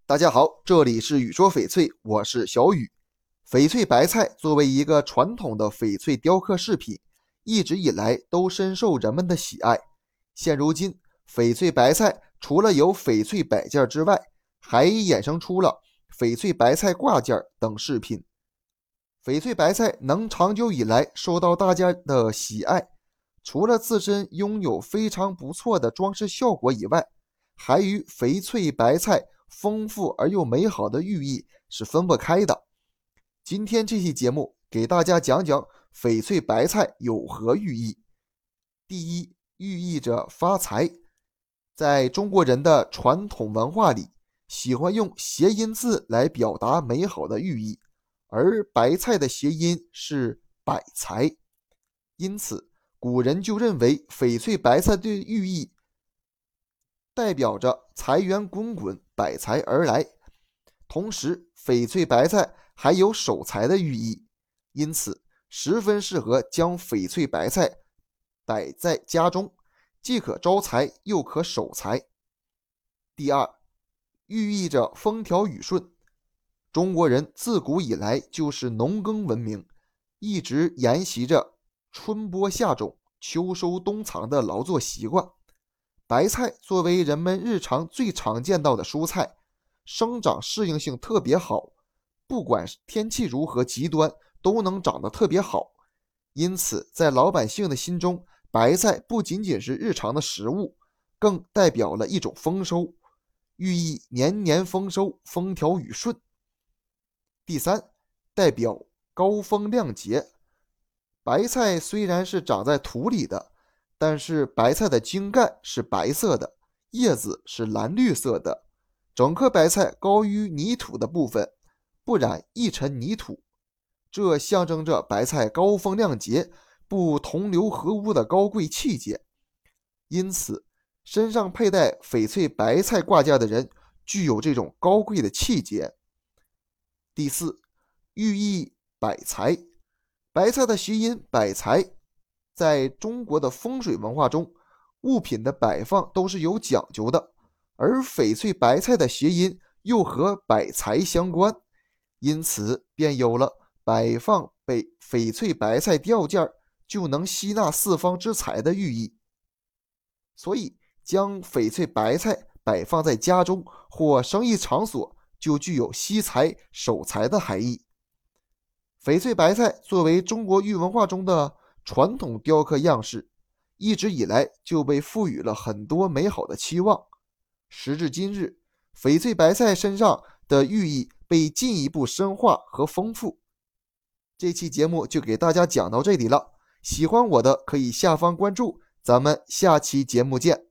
大家好，这里是雨说翡翠，我是小雨。翡翠白菜作为一个传统的翡翠雕刻饰品，一直以来都深受人们的喜爱。现如今，翡翠白菜除了有翡翠摆件之外，还衍生出了翡翠白菜挂件等饰品。翡翠白菜能长久以来受到大家的喜爱，除了自身拥有非常不错的装饰效果以外，还与翡翠白菜丰富而又美好的寓意是分不开的。今天这期节目给大家讲讲翡翠白菜有何寓意。第一，寓意着发财。在中国人的传统文化里，喜欢用谐音字来表达美好的寓意，而白菜的谐音是百财，因此古人就认为翡翠白菜的寓意代表着财源滚滚，百财而来。同时，翡翠白菜还有守财的寓意，因此十分适合将翡翠白菜摆在家中，既可招财又可守财。第二，寓意着风调雨顺。中国人自古以来就是农耕文明，一直沿袭着春播夏种、秋收冬藏的劳作习惯。白菜作为人们日常最常见到的蔬菜，生长适应性特别好，不管天气如何极端，都能长得特别好。因此，在老百姓的心中，白菜不仅仅是日常的食物，更代表了一种丰收，寓意年年丰收，风调雨顺。第三，代表高风亮节。白菜虽然是长在土里的，但是白菜的茎干是白色的，叶子是蓝绿色的，整颗白菜高于泥土的部分，不染一尘泥土，这象征着白菜高风亮节、不同流合污的高贵气节。因此，身上佩戴翡翠白菜挂件的人具有这种高贵的气节。第四，寓意百财。白菜的谐音百财，在中国的风水文化中，物品的摆放都是有讲究的，而翡翠白菜的谐音又和百财相关，因此便有了摆放翡翠白菜吊件就能吸纳四方之财的寓意。所以，将翡翠白菜摆放在家中或生意场所，就具有吸财守财的含义。翡翠白菜作为中国玉文化中的传统雕刻样式，一直以来就被赋予了很多美好的期望。时至今日，翡翠白菜身上的寓意被进一步深化和丰富。这期节目就给大家讲到这里了，喜欢我的可以下方关注，咱们下期节目见。